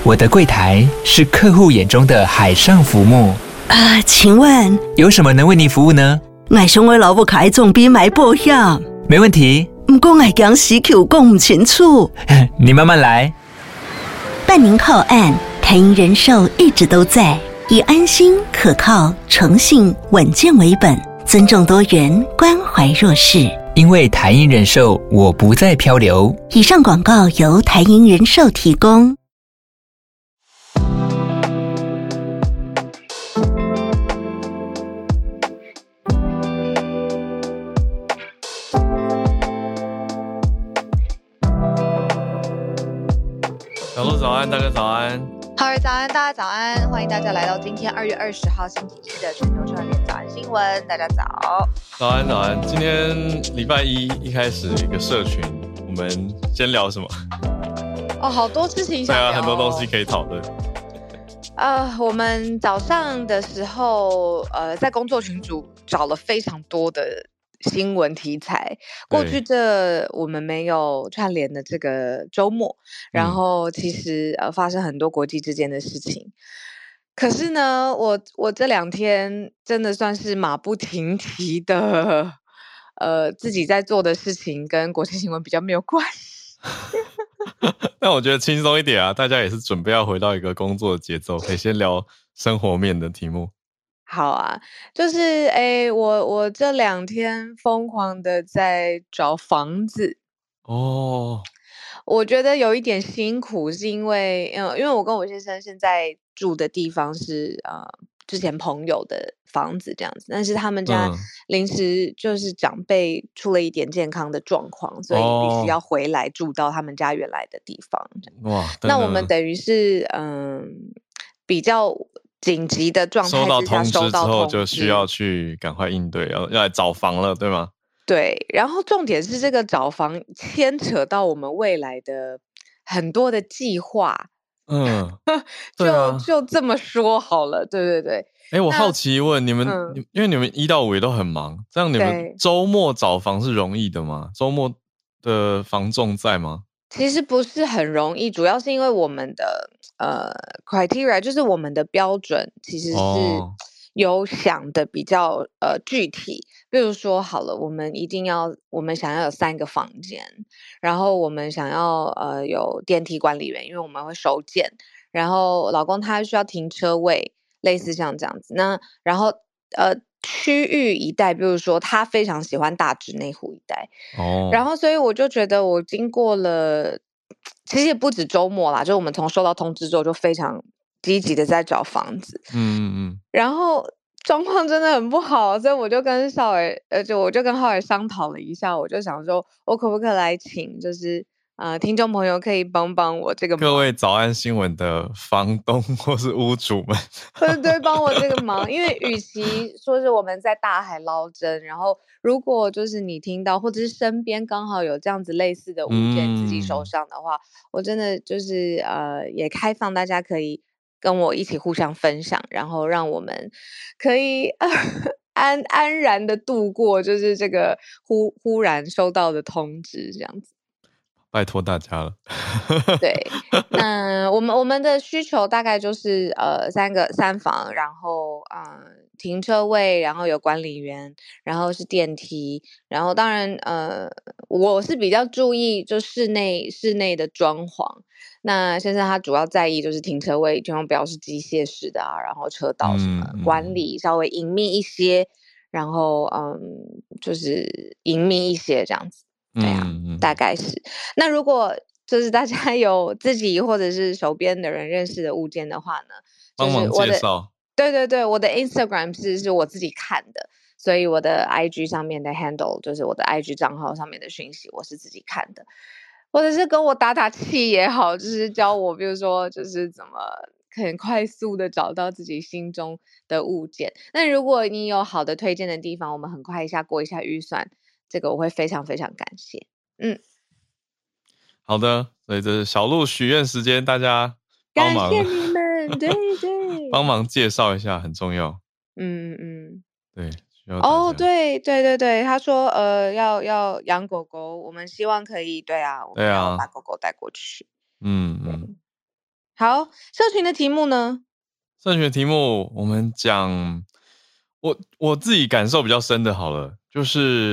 我的柜台是客户眼中的海上浮木。 请问有什么能为您服务呢？ 我想我老母开总比买保险。 没问题。 不过我讲死口讲不清楚。 你慢慢来。 办您靠岸，台银人寿一直都在，以安心、可靠、诚信、稳健为本，尊重多元，关怀弱势。 因为台银人寿，我不再漂流。 以上广告由台银人寿提供。 小鹿早安，大哥早安。 好儿早安，大家早安！欢迎大家来到今天2月20号星期一的全球串联早安新闻。大家早， 早安早安。今天礼拜一开始一个社群，我们先聊什么？ 好多事情想聊。 对啊，很多东西可以讨论。 我们早上的时候，在工作群组找了非常多的新闻题材。过去我们没有串联的这个周末，然后其实发生很多国际之间的事情。可是呢，我这2天真的算是马不停蹄的，自己在做的事情跟国际新闻比较没有关系。 但我觉得轻松一点啊，大家也是准备要回到一个工作的节奏，可以先聊生活面的题目。 好啊，就是我这2天疯狂的在找房子哦。 我觉得有一点辛苦，是因为我跟我先生现在住的地方是之前朋友的房子这样子，但是他们家临时就是长辈出了一点健康的状况，所以必须要回来住到他们家原来的地方。哇，那我们等于是比较紧急的状态之下收到通知之后就需要去赶快应对，要来找房了，对吗？ 对，然后重点是这个找房牵扯到我们未来的很多的计划。就这么说好了，对对对。 我好奇问你们，因为你们1到5也都很忙，这样你们周末找房是容易的吗？周末的房仲在吗？ 其实不是很容易，主要是因为我们的criteria， 就是我们的标准其实是有想的比较具体。比如说好了，我们想要有3个房间，然后我们想要有电梯管理员，因为我们会收件，然后老公他需要停车位，类似像这样子。那然后区域一带，比如说他非常喜欢大直内湖一带，然后所以我就觉得我经过了，其实也不止周末啦，就我们从收到通知之后就非常积极的在找房子，然后状况真的很不好，所以我就跟浩尔商讨了一下，我就想说我可不可以来请就是听众朋友可以帮帮我这个忙， 各位早安新闻的房东或是屋主们， 对，帮我这个忙，因为与其说是我们在大海捞针，然后如果就是你听到或者是身边刚好有这样子类似的物件自己手上的话，我真的就是也开放大家可以跟我一起互相分享，然后让我们可以安然的度过就是这个忽然收到的通知这样子。 拜托大家了。 对，那我们的需求大概就是3房，然后停车位，然后有管理员，然后是电梯，然后当然我是比较注意就室内的装潢。那先生他主要在意就是停车位千万不要是机械式的然后车道什么管理稍微隐秘一些，然后就是隐秘一些这样子。对啊，大概是。那如果就是大家有自己或者是手边的人认识的物件的话呢， 帮忙介绍。 对对对，我的 Instagram 是我自己看的，所以我的 IG 上面的 handle 就是我的 IG 账号上面的讯息我是自己看的，或者是跟我打打气也好，就是教我比如说就是怎么很快速的找到自己心中的物件。那如果你有好的推荐的地方，我们很快过一下预算，这个我会非常非常感谢。 好的，所以这是小鹿许愿时间，大家帮忙， 感谢你们，对对， 帮忙介绍一下很重要。对，需要大家。 对对对对，他说要养狗狗，我们希望可以，对啊，我们要把狗狗带过去。 好，社群的题目呢？ 社群的题目我们讲，我自己感受比较深的好了，就是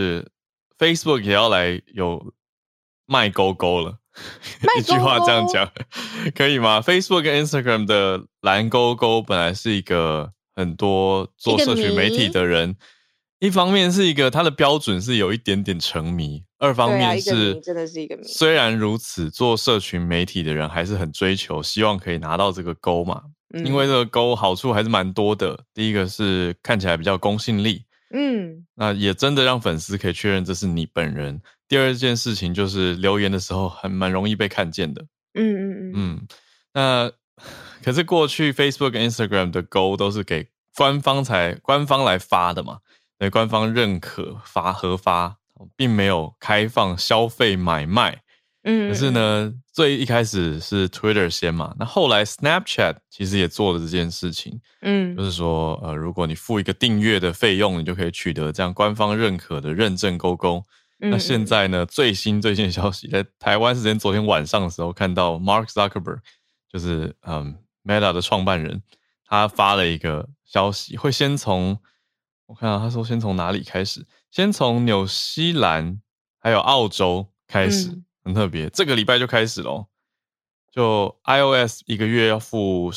Facebook 也要来有卖勾勾了。一句话这样讲可以吗？ Facebook 跟 Instagram 的蓝勾勾本来是一个很多做社群媒体的人，一方面是一个它的标准是有一点点沉迷，二方面是真的是一个迷。 虽然如此，做社群媒体的人还是很追求希望可以拿到这个勾嘛，因为这个勾好处还是蛮多的。第一个是看起来比较公信力，那也真的让粉丝可以确认这是你本人。第二件事情就是留言的时候蛮容易被看见的。那可是过去 Facebook 跟 Instagram 的勾都是给官方来发的嘛，对，官方认可核发，并没有开放消费买卖。可是呢，最一开始是 Twitter 先嘛，那后来 Snapchat 其实也做了这件事情。就是说如果你付一个订阅的费用，你就可以取得这样官方认可的认证勾勾。那现在呢，最新的消息，在台湾时间昨天晚上的时候看到 Mark Zuckerberg 就是Meta 的创办人，他发了一个消息，会先从我看到他说先从哪里开始，先从纽西兰还有澳洲开始，很特别，这个礼拜就开始咯，就 iOS 一个月要付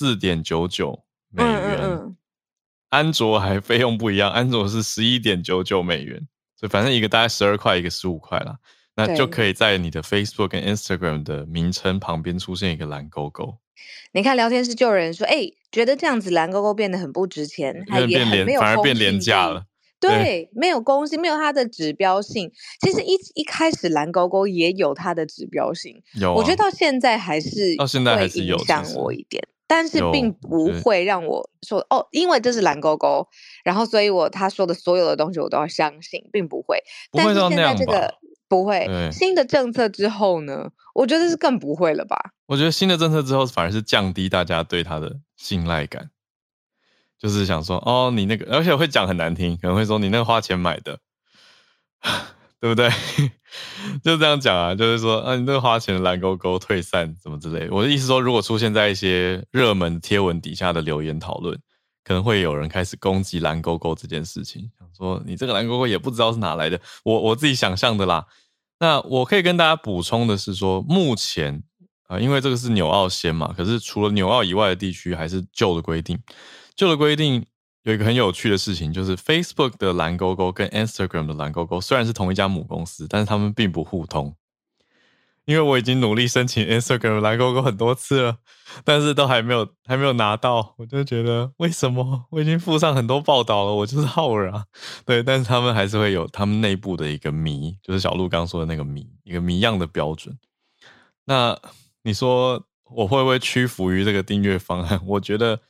14.99 美元，安卓还费用不一样，安卓是 11.99 美元，所以反正一个大概12块，一个15块啦，那就可以在你的 Facebook 跟 Instagram 的名称旁边出现一个蓝勾勾。 你看聊天室就有人说觉得这样子蓝勾勾变得很不值钱，反而变廉价了。 对，没有公信，没有它的指标性。其实一开始蓝勾勾也有它的指标性，我觉得到现在还是会影响我一点，但是并不会让我说因为这是蓝勾勾，然后所以他说的所有的东西我都要相信，并不会。但是现在这个不会，新的政策之后呢，我觉得是更不会了吧。 我觉得新的政策之后反而是降低大家对他的信赖感，就是想说你那个，而且会讲很难听，可能会说你那个花钱买的对不对就这样讲啊，就是说你那个花钱的蓝勾勾退散什么之类的。我的意思说，如果出现在一些热门贴文底下的留言讨论，可能会有人开始攻击蓝勾勾这件事情，想说你这个蓝勾勾也不知道是哪来的，我自己想象的啦。那我可以跟大家补充的是说，目前因为这个是纽澳先嘛，可是除了纽澳以外的地区还是旧的规定。旧的规定有一个很有趣的事情，就是 Facebook 的蓝勾勾跟 Instagram 的蓝勾勾虽然是同一家母公司，但是他们并不互通。因为我已经努力申请 Instagram 的蓝勾勾很多次了，但是都还没有拿到，我就觉得为什么我已经附上很多报道了，我就是好人啊。对，但是他们还是会有他们内部的一个谜，就是小鹿刚说的那个谜，一个谜样的标准。那你说我会不会屈服于这个订阅方案？我觉得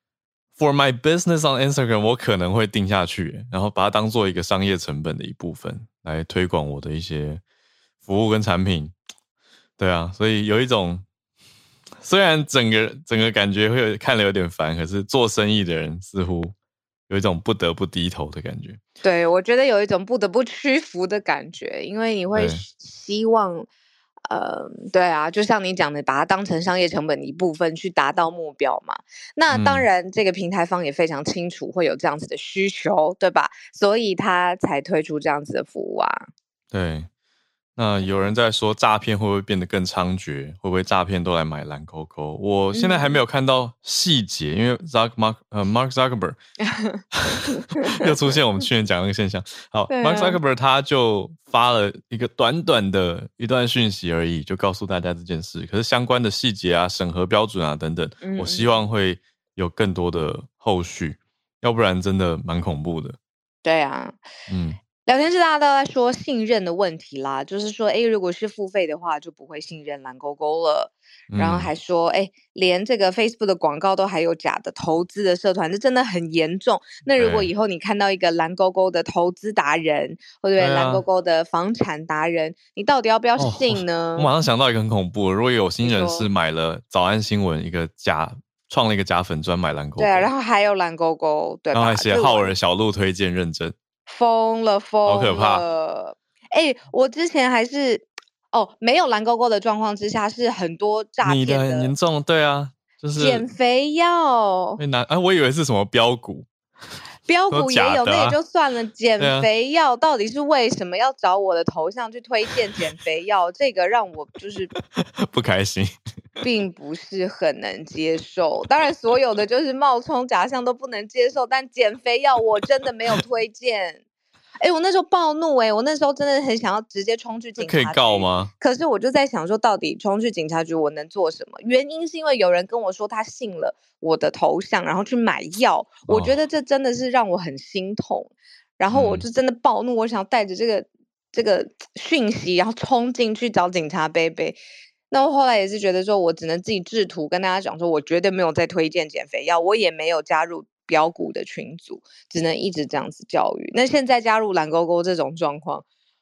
for my business on Instagram 我可能会定下去，然后把它当做一个商业成本的一部分来推广我的一些服务跟产品。对啊，所以有一种虽然整个感觉会看了有点烦，可是做生意的人似乎有一种不得不低头的感觉。 对，我觉得有一种不得不屈服的感觉，因为你会希望对啊，就像你讲的，把它当成商业成本的一部分去达到目标嘛。那当然这个平台方也非常清楚会有这样子的需求，对吧？所以他才推出这样子的服务啊。 对，那有人在说诈骗会不会变得更猖獗，会不会诈骗都来买蓝勾勾？我现在还没有看到细节，因为 Mark Zuckerberg 又出现我们去年讲的那个现象。好，Mark Zuckerberg 他就发了一个短短的一段讯息而已，就告诉大家这件事。可是相关的细节啊、审核标准啊等等，我希望会有更多的后续，要不然真的蛮恐怖的。 对啊，聊天室大家都在说信任的问题啦，就是说如果是付费的话就不会信任蓝勾勾了，然后还说连这个 Facebook 的广告都还有假的投资的社团，这真的很严重。那如果以后你看到一个蓝勾勾的投资达人，或者蓝勾勾的房产达人，你到底要不要信呢？ 我马上想到一个很恐怖的，如果有心人是买了早安新闻一个创了一个假粉专买蓝勾勾， 对啊，然后还有蓝勾勾，对吧？ 然后还写浩尔小鹿推荐认证， 疯了， 好可怕！ 我之前还是没有蓝勾勾的状况之下，是很多诈骗你的很严重，对啊，就是减肥药会拿我以为是什么标股， 标股也有，那也就算了。减肥药到底是为什么要找我的头像去推荐减肥药？这个让我就是不开心， 并不是很能接受。当然，所有的就是冒充假象都不能接受，但减肥药我真的没有推荐。我那时候暴怒我那时候真的很想要直接冲去警察局。 可以告吗？ 可是我就在想说，到底冲去警察局我能做什么？原因是因为有人跟我说他信了我的头像，然后去买药。我觉得这真的是让我很心痛。然后我就真的暴怒，我想要带着这个讯息，然后冲进去找警察贝贝。那我后来也是觉得说，我只能自己制图跟大家讲说，我绝对没有在推荐减肥药，我也没有加入标股的群组，只能一直这样子教育。那现在加入蓝勾勾这种状况，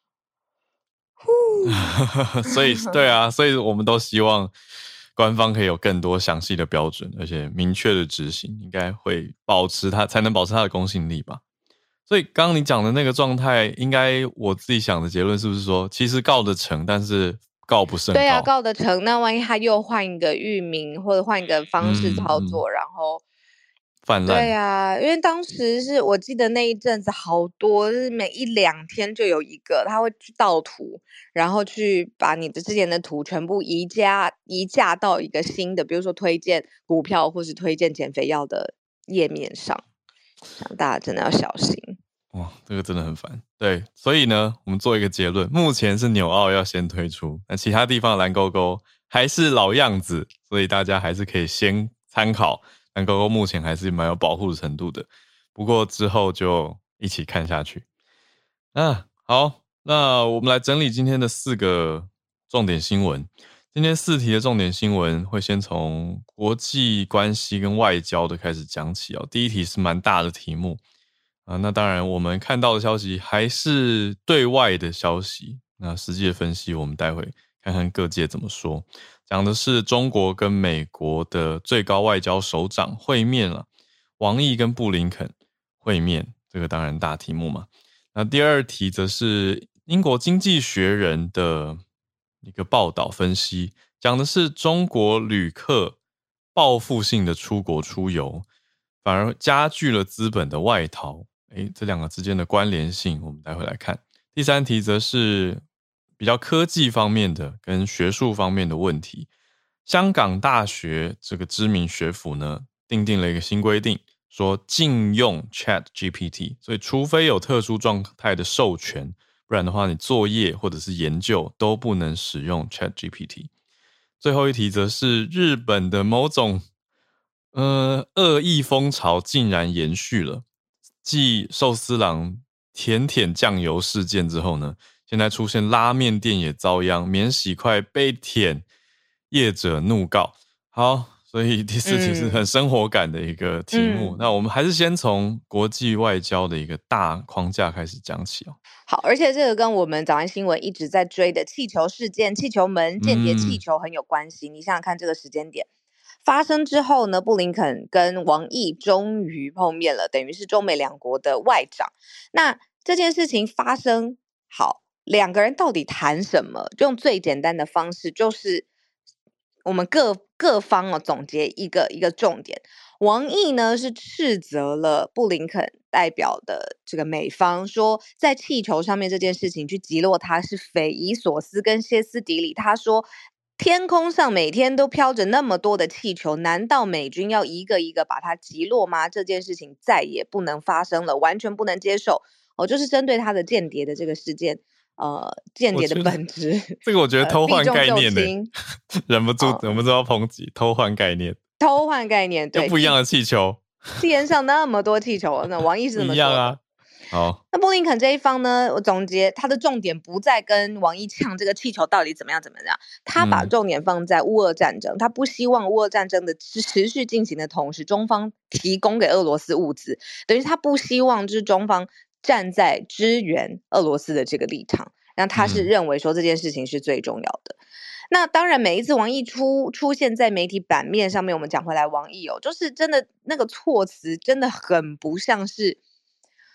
所以对啊，所以我们都希望官方可以有更多详细的标准，而且明确的执行，应该会才能保持它的公信力吧。所以刚刚你讲的那个状态，应该我自己想的结论是不是说，其实告得成，但是告不胜告？ 对啊，告得成，那万一他又换一个域名或者换一个方式操作，然后泛滥。 对啊，因为当时是我记得那一阵子好多，就是每1-2天就有一个他会去盗图，然后去把你的之前的图全部移架到一个新的，比如说推荐股票或是推荐减肥药的页面上，大家真的要小心。 哇，这个真的很烦。对，所以呢，我们做一个结论，目前是纽澳要先推出，那其他地方的蓝勾勾还是老样子，所以大家还是可以先参考。蓝勾勾目前还是蛮有保护的程度的，不过之后就一起看下去。好，那我们来整理今天的4个重点新闻。今天4题的重点新闻会先从国际关系跟外交的开始讲起哦。第一题是蛮大的题目那当然我们看到的消息还是对外的消息，那实际的分析我们待会看看各界怎么说。讲的是中国跟美国的最高外交首长会面了，王毅跟布林肯会面，这个当然大题目嘛。那第二题则是英国经济学人的一个报道分析，讲的是中国旅客报复性的出国出游，反而加剧了资本的外逃。这两个之间的关联性我们待会来看。第三题则是比较科技方面的跟学术方面的问题。香港大学这个知名学府呢，订定了一个新规定，说禁用 ChatGPT， 所以除非有特殊状态的授权，不然的话你作业或者是研究都不能使用 ChatGPT。 最后一题则是日本的某种恶意风潮竟然延续了，继寿司郎舔酱油事件之后呢，现在出现拉面店也遭殃，免洗筷被舔，业者怒告。好，所以第4题是很生活感的一个题目。那我们还是先从国际外交的一个大框架开始讲起哦。 好，而且这个跟我们早安新闻一直在追的气球事件、气球门、间谍气球很有关系。你想想看，这个时间点发生之后呢，布林肯跟王毅终于碰面了，等于是中美两国的外长。那这件事情发生，好，两个人到底谈什么？用最简单的方式，就是我们各方总结一个重点。王毅呢是斥责了布林肯代表的这个美方，说在气球上面这件事情去击落他是匪夷所思跟歇斯底里。他说天空上每天都飘着那么多的气球，难道美军要一个一个把它击落吗？这件事情再也不能发生了，完全不能接受。就是针对他的间谍的这个事件，间谍的本质， 这个我觉得偷换概念的，忍不住要抨击偷换概念。 偷换概念，对， 有不一样的气球， 天上那么多气球，那王毅是怎么说的？ 一样啊。好， 那布林肯这一方呢，我总结他的重点不在跟王毅呛这个气球到底怎么样，他把重点放在乌俄战争，他不希望乌俄战争的持续进行的同时，中方提供给俄罗斯物资，等于他不希望就是中方站在支援俄罗斯的这个立场，那他是认为说这件事情是最重要的。那当然每一次王毅出现在媒体版面上面，我们讲回来王毅就是真的那个措辞真的很不像是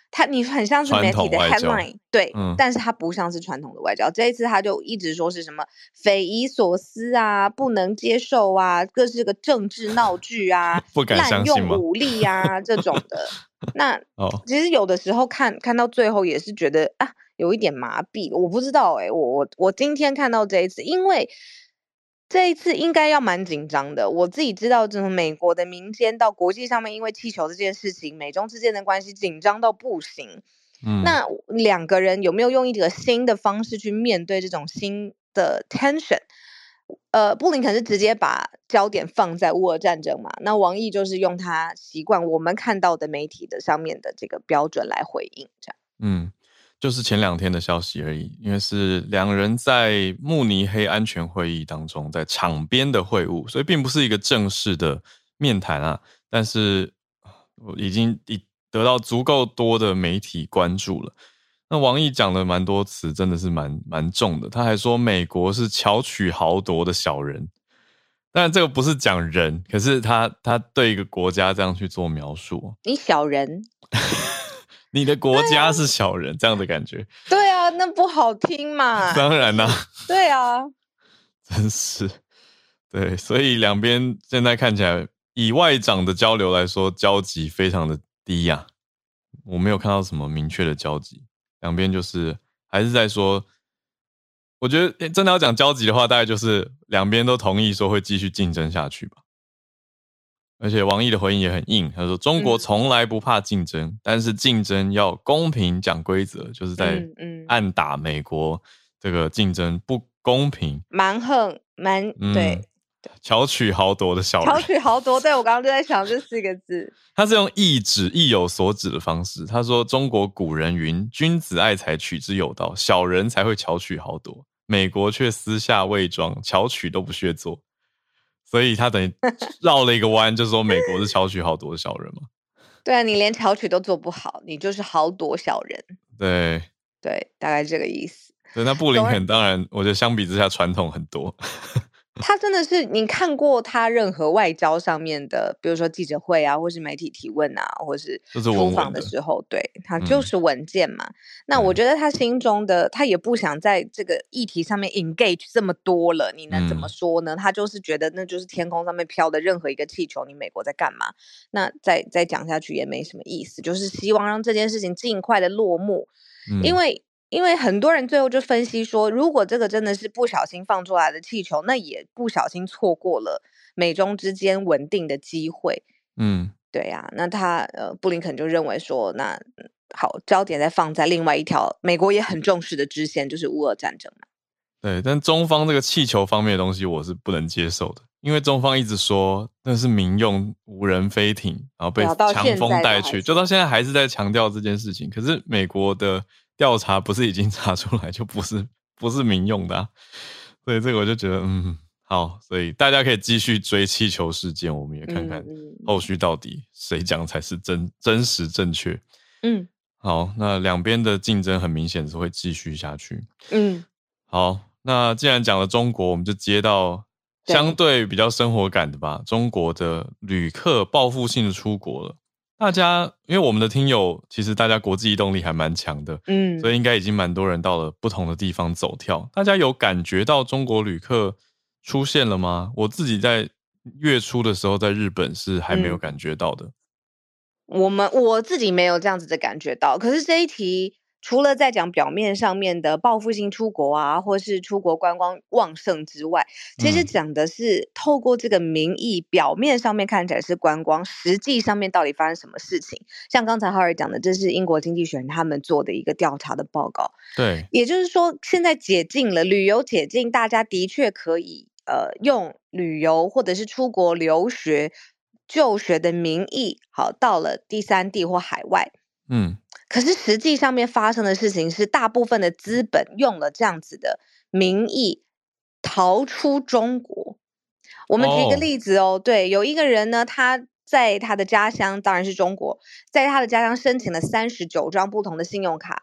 你很像是媒体的 headline， 对，但是它不像是传统的外交。这一次他就一直说是什么匪夷所思啊，不能接受啊，这是个政治闹剧啊， 不敢相信吗？ 滥用武力啊这种的。那其实有的时候看到最后也是觉得啊，有一点麻痹。我不知道我今天看到这一次，因为这一次应该要蛮紧张的。我自己知道，从美国的民间到国际上面，因为气球这件事情，美中之间的关系紧张到不行。那两个人有没有用一个新的方式去面对这种新的 tension？布林肯是直接把焦点放在乌俄战争嘛，那王毅就是用他习惯我们看到的媒体的上面的这个标准来回应，这样。 就是前2天的消息而已，因为是两人在慕尼黑安全会议当中在场边的会晤，所以并不是一个正式的面谈啊，但是已经得到足够多的媒体关注了。那王毅讲了蛮多词，真的是蛮重的，他还说美国是巧取豪夺的小人，当然这个不是讲人，可是他对一个国家这样去做描述， 你小人你的国家是小人，这样的感觉。 对啊，那不好听嘛。 当然啦。 对啊。 真是。对，所以两边现在看起来，以外长的交流来说，交集非常的低呀。我没有看到什么明确的交集，两边就是还是在说，我觉得真的要讲交集的话，大概就是两边都同意说会继续竞争下去吧。而且王毅的回应也很硬，他说中国从来不怕竞争，但是竞争要公平讲规则，就是在暗打美国这个竞争不公平， 蛮横对， 巧取豪夺的小人。 巧取豪夺，对，我刚刚就在想这4个字。 他是用意指意有所指的方式，他说中国古人云君子爱财取之有道，小人才会巧取豪夺，美国却私下伪装，巧取都不屑做。所以他等于绕了一个弯，就说美国是巧取豪夺的小人嘛。 对啊，你连巧取都做不好，你就是豪夺小人。对，大概这个意思。 对，那布林肯当然我觉得相比之下传统很多。 他真的是，你看过他任何外交上面的，比如说记者会啊，或是媒体提问啊，或是出访的时候，对，他就是稳健嘛。那我觉得他心中的，他也不想在这个议题上面 engage 这么多了，你能怎么说呢？他就是觉得那就是天空上面飘的任何一个气球，你美国在干嘛？那再讲下去也没什么意思，就是希望让这件事情尽快的落幕，因为很多人最后就分析说，如果这个真的是不小心放出来的气球，那也不小心错过了美中之间稳定的机会。对啊，那他布林肯就认为说，那好，焦点再放在另外一条美国也很重视的支线，就是乌俄战争嘛。 对，但中方这个气球方面的东西我是不能接受的，因为中方一直说那是民用无人飞艇，然后被强风带去，就到现在还是在强调这件事情。可是美国的调查不是已经查出来就不是民用的啊，所以这个我就觉得好，所以大家可以继续追气球事件，我们也看看后续到底谁讲才是真实正确。好，那两边的竞争很明显是会继续下去。好，那既然讲了中国，我们就接到相对比较生活感的吧，中国的旅客报复性的出国了。大家因为我们的听友其实大家国际移动力还蛮强的，所以应该已经蛮多人到了不同的地方走跳。大家有感觉到中国旅客出现了吗？我自己在月初的时候在日本是还没有感觉到的。 我自己没有这样子的感觉到，可是这一题除了在讲表面上面的报复性出国啊，或是出国观光旺盛之外，其实讲的是透过这个名义，表面上面看起来是观光，实际上面到底发生什么事情。像刚才浩尔讲的，这是英国经济学人他们做的一个调查的报告。 对， 也就是说现在解禁了，旅游解禁，大家的确可以用旅游或者是出国留学就学的名义，好，到了第三地或海外。可是实际上面发生的事情是，大部分的资本用了这样子的名义逃出中国。我们举一个例子对，有一个人呢，他在他的家乡，当然是中国，在他的家乡申请了39张不同的信用卡，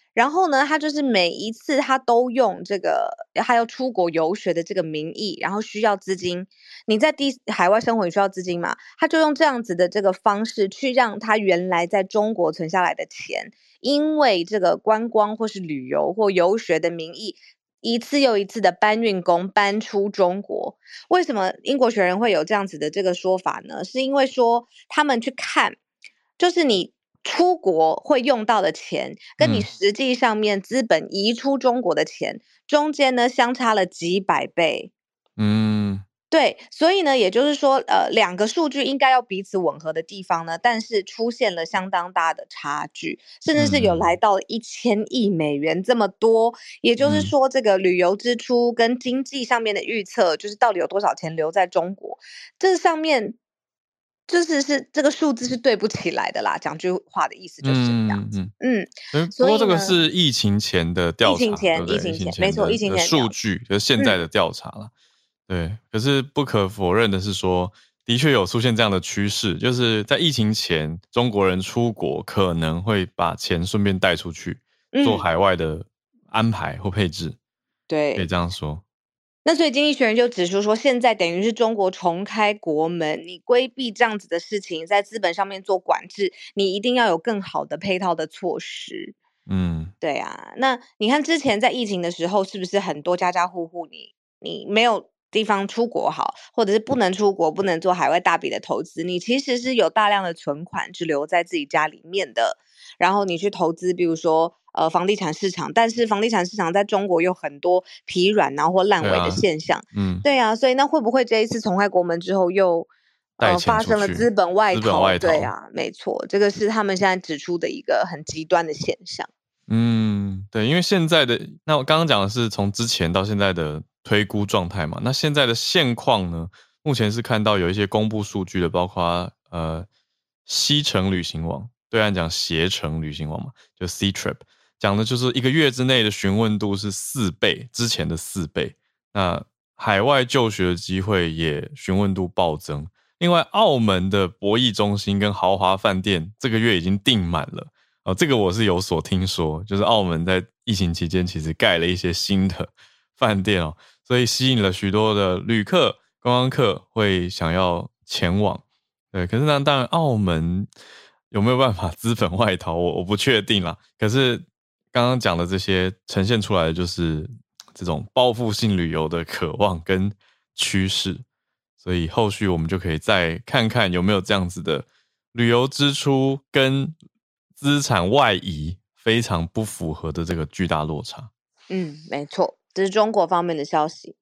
然后呢，他就是每一次他都用这个他要出国游学的这个名义，然后需要资金。你在海外生活也需要资金嘛，他就用这样子的这个方式去让他原来在中国存下来的钱，因为这个观光或是旅游或游学的名义，一次又一次的搬运工搬出中国。为什么英国学人会有这样子的这个说法呢？是因为说他们去看，就是你出国会用到的钱，跟你实际上面资本移出中国的钱，中间呢相差了几百倍。对，所以呢，也就是说，两个数据应该要彼此吻合的地方呢，但是出现了相当大的差距，甚至是有来到1000亿美元这么多。也就是说，这个旅游支出跟经济上面的预测，就是到底有多少钱留在中国，这上面是这个数字是对不起来的啦。讲句话的意思就是这样子。 不过这个是疫情前的调查， 疫情前，没错，疫情前的数据，就是现在的调查啦。对，可是不可否认的是说，的确有出现这样的趋势，就是在疫情前，中国人出国可能会把钱顺便带出去，做海外的安排或配置。 对， 可以这样说。 那所以经济学人就指出说，现在等于是中国重开国门，你规避这样子的事情，在资本上面做管制，你一定要有更好的配套的措施。对啊，那你看之前在疫情的时候，是不是很多家家户户你没有地方出国好，或者是不能出国，不能做海外大笔的投资，你其实是有大量的存款是留在自己家里面的，然后你去投资，比如说房地产市场，但是房地产市场在中国有很多疲软然后或烂尾的现象。对啊，所以那会不会这一次重开国门之后又发生了资本外逃？对啊，没错，这个是他们现在指出的一个很极端的现象。 对，因为现在的那我刚刚讲的是从之前到现在的推估状态嘛，那现在的现况呢，目前是看到有一些公布数据的，包括西程旅行网，对岸讲携程旅行网嘛，就 Ctrip， 讲的就是1个月之内的询问度是4倍，之前的4倍。那海外就学的机会也询问度暴增。另外，澳门的博弈中心跟豪华饭店这个月已经订满了。这个我是有所听说，就是澳门在疫情期间其实盖了一些新的饭店所以吸引了许多的旅客、观光客会想要前往。对，可是呢，当然澳门有没有办法资本外逃，我不确定啦。可是刚刚讲的这些呈现出来的就是这种报复性旅游的渴望跟趋势，所以后续我们就可以再看看有没有这样子的旅游支出跟资产外移非常不符合的这个巨大落差。 没错，这是中国方面的消息。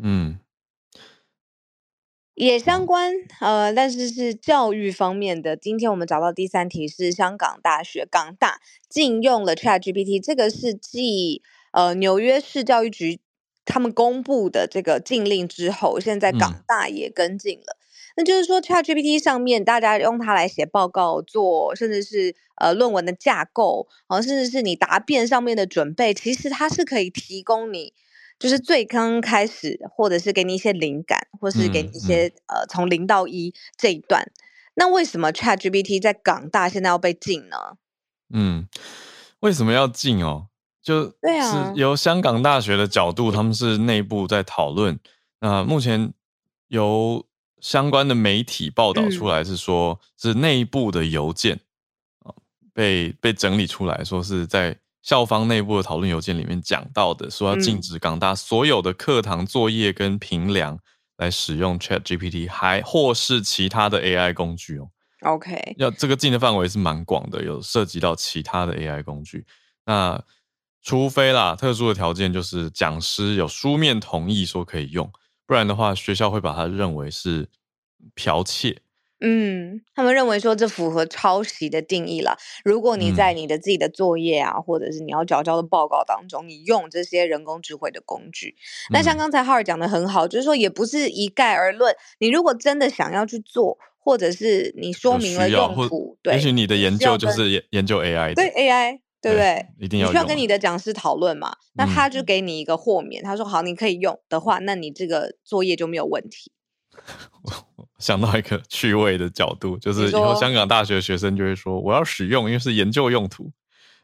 也相关但是是教育方面的。今天我们找到第3题是香港大学港大禁用了 ChatGPT， 这个是继纽约市教育局他们公布的这个禁令之后，现在港大也跟进了。那就是说 ChatGPT 上面大家用它来写报告做，甚至是论文的架构，甚至是你答辩上面的准备，其实它是可以提供你就是最刚开始，或者是给你一些灵感，或是给你一些从0到1这一段。那为什么 ChatGPT 在港大现在要被禁呢？ 为什么要禁就是由香港大学的角度，他们是内部在讨论。那目前由相关的媒体报道出来是说，是内部的邮件被整理出来，说是在校方内部的讨论邮件里面讲到的，说要禁止港大所有的课堂作业跟评量来使用 ChatGPT， 还或是其他的 AI 工具 OK， 这个禁的范围是蛮广的，有涉及到其他的 AI 工具。那除非啦，特殊的条件就是讲师有书面同意说可以用，不然的话学校会把它认为是剽窃。 他们认为说这符合抄袭的定义啦。如果你在你的自己的作业啊，或者是你要交的报告当中，你用这些人工智慧的工具，那像刚才浩尔讲的很好，就是说也不是一概而论。你如果真的想要去做，或者是你说明了用途，对， 也许你的研究就是研究 AI 的， 对 AI。对不对？ 一定要用， 你需要跟你的讲师讨论嘛？那他就给你一个豁免，他说好，你可以用的话，那你这个作业就没有问题。 我想到一个趣味的角度，就是以后香港大学学生就会说我要使用，因为是研究用途。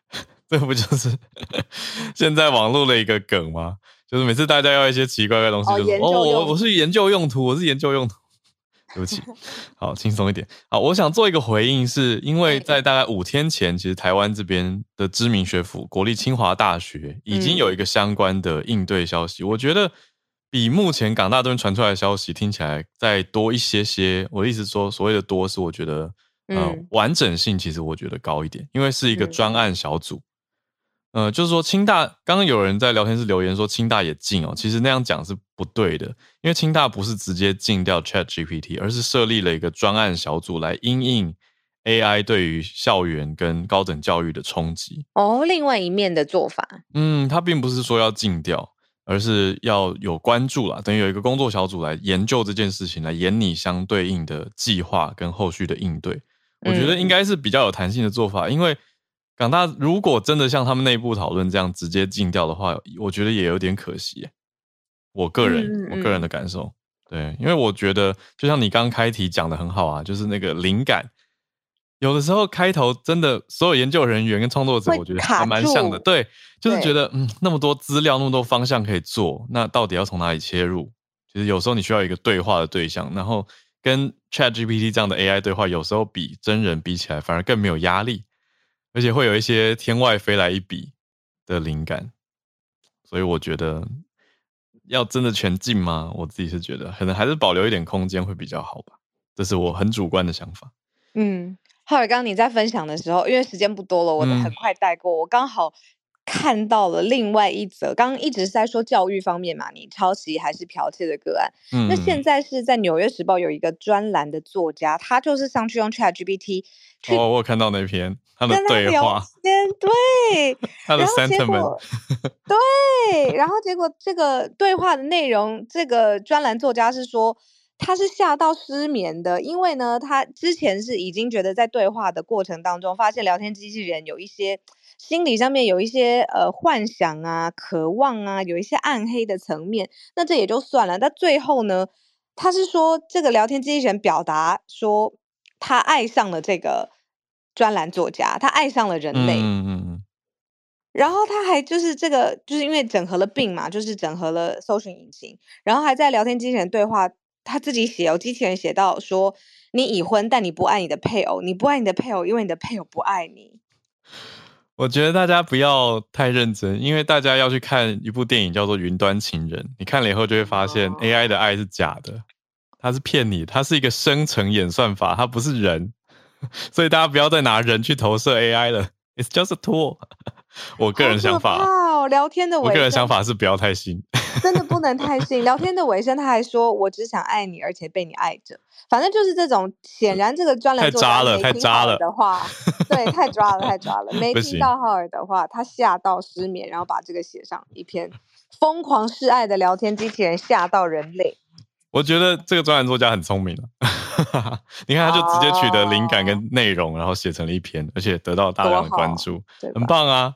这不就是现在网络的一个梗吗？就是每次大家要一些奇怪的东西，就是我是研究用途，我是研究用途。对不起，好，轻松一点。好，我想做一个回应，是因为在大概5天前，其实台湾这边的知名学府国立清华大学已经有一个相关的应对消息，我觉得比目前港大这边传出来的消息听起来再多一些些。我的意思说，所谓的多是我觉得完整性其实我觉得高一点，因为是一个专案小组。就是说清大，刚刚有人在聊天室留言说清大也禁哦，其实那样讲是不对的，因为清大不是直接禁掉 ChatGPT， 而是设立了一个专案小组来因应 AI 对于校园跟高等教育的冲击。 另外一面的做法。 它并不是说要禁掉，而是要有关注啦，等于有一个工作小组来研究这件事情，来研拟相对应的计划跟后续的应对。我觉得应该是比较有弹性的做法，因为港大如果真的像他们内部讨论这样直接禁掉的话，我觉得也有点可惜耶。我个人的感受，对，因为我觉得就像你刚刚开题讲的很好啊，就是那个灵感，有的时候开头真的所有研究人员跟创作者，我觉得还蛮像的，对，就是觉得那么多资料，那么多方向可以做，那到底要从哪里切入？其实有时候你需要一个对话的对象，然后跟 ChatGPT 这样的 AI 对话，有时候比真人比起来反而更没有压力。而且会有一些天外飞来一笔的灵感，所以我觉得要真的全禁吗？我自己是觉得可能还是保留一点空间会比较好吧，这是我很主观的想法。 浩尔，刚刚你在分享的时候，因为时间不多了，我很快带过，我刚好看到了另外一则，刚刚一直是在说教育方面嘛，你抄袭还是剽窃的个案。那现在是在《纽约时报》有一个专栏的作家，他就是上去用 ChatGPT 去我有看到那篇他的对话， 对， 他的 sentiment， 对，然后结果这个对话的内容，这个专栏作家是说他是吓到失眠的，因为呢，他之前是已经觉得在对话的过程当中，发现聊天机器人有一些心理上面有一些幻想啊、渴望啊，有一些暗黑的层面，那这也就算了。但最后呢，他是说这个聊天机器人表达说他爱上了这个专栏作家，他爱上了人类。然后他还就是这个，就是因为整合了Bing嘛，就是整合了搜寻引擎，然后还在聊天机器人对话，他自己写机器人写到说，你已婚，但你不爱你的配偶，你不爱你的配偶，因为你的配偶不爱你。 我觉得大家不要太认真，因为大家要去看一部电影叫做《云端情人》，你看了以后就会发现 AI 的爱是假的，它是骗你，它是一个生成演算法，它不是人，所以大家不要再拿人去投射 AI 了。It's just a tool 。我个人想法， 聊天的尾声， 我个人想法是不要太信， 真的不能太信。聊天的尾声，他还说：“我只想爱你，而且被你爱着。”反正就是这种，显然这个专栏作家太渣了的话，对，太抓了。没听到浩尔的话，他吓到失眠，然后把这个写上一篇疯狂示爱的聊天机器人吓到人类。 我觉得这个专栏作家很聪明你看他就直接取得灵感跟内容，然后写成了一篇，而且得到大量的关注，很棒啊！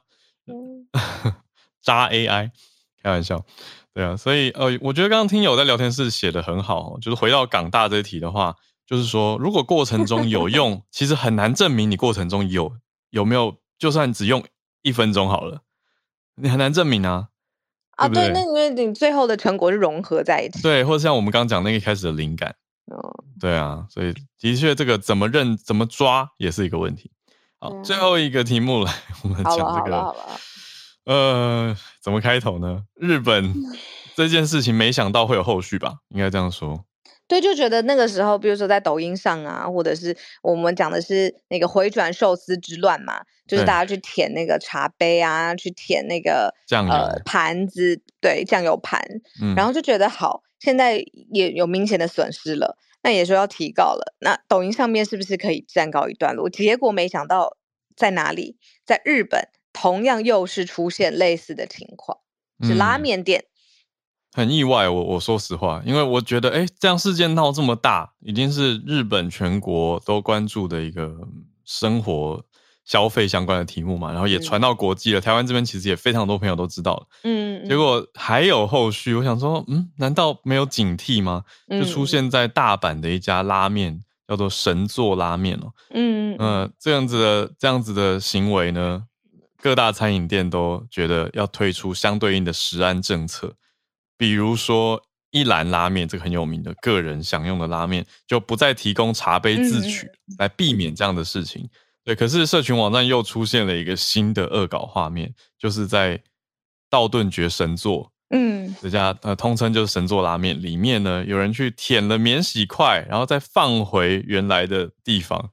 渣 AI， 开玩笑，对啊，所以我觉得刚刚听友在聊天室写得很好，就是回到港大这一题的话，就是说如果过程中有用，其实很难证明你过程中有没有，就算只用1分钟好了，你很难证明啊。 对，那因为你最后的成果是融合在一起， 对，或者像我们刚讲那个一开始的灵感，对啊，所以的确这个怎么抓也是一个问题。好，最后一个题目来，我们讲这个，怎么开头呢？日本这件事情没想到会有后续吧，应该这样说。 对，就觉得那个时候，比如说在抖音上啊，或者是我们讲的是那个回转寿司之乱嘛，就是大家去舔那个茶杯啊，去舔那个酱油盘子，对，酱油盘，然后就觉得好，现在也有明显的损失了，那也说要提高了，那抖音上面是不是可以站高一段路？结果没想到在哪里，在日本同样又是出现类似的情况，是拉面店。 很意外，我说实话，因为我觉得，这样事件闹这么大，已经是日本全国都关注的一个生活消费相关的题目嘛，然后也传到国际了。台湾这边其实也非常多朋友都知道了，结果还有后续，我想说，难道没有警惕吗？就出现在大阪的一家拉面，叫做神作拉面哦，这样子的行为呢， 各大餐饮店都觉得要推出相对应的食安政策，比如说一兰拉面这个很有名的个人享用的拉面，就不再提供茶杯自取，来避免这样的事情。对，可是社群网站又出现了一个新的恶搞画面，就是在道顿崛神作，这家通称就是神作拉面里面呢，有人去舔了免洗筷，然后再放回原来的地方。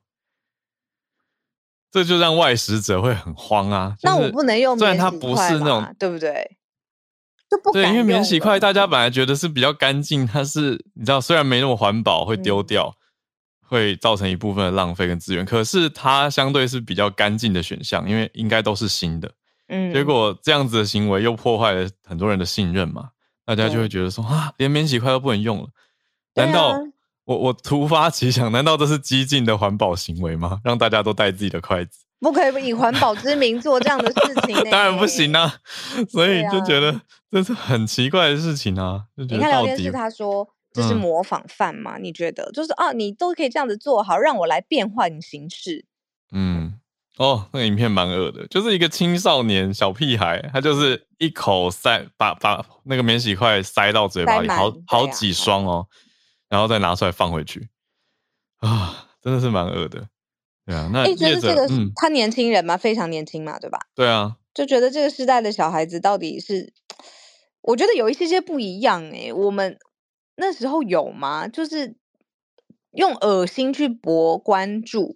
这就让外食者会很慌啊！ 那我不能用免洗筷， 虽然它不是那种， 对不对？就不敢用了。 对，因为免洗筷大家本来觉得是比较干净，它是你知道，虽然没那么环保，会丢掉，会造成一部分的浪费跟资源，可是它相对是比较干净的选项，因为应该都是新的。结果这样子的行为又破坏了很多人的信任嘛，大家就会觉得说啊，连免洗筷都不能用了，难道？我突发奇想，难道这是激进的环保行为吗？让大家都带自己的筷子？ 不可以以环保之名做这样的事情当然不行啊！所以就觉得这是很奇怪的事情啊。就觉得你看聊天室他说这是模仿犯吗？你觉得就是你都可以这样子做好，让我来变换形式。 那个影片蛮恶的，就是一个青少年小屁孩，他就是一口把那个免洗筷塞到嘴巴里，好几双哦。然后再拿出来放回去真的是蛮恶的。对啊，那就是这个他年轻人嘛，非常年轻嘛，对吧？ 对啊， 就觉得这个时代的小孩子到底是，我觉得有一些不一样我们那时候有吗？就是用恶心去博关注。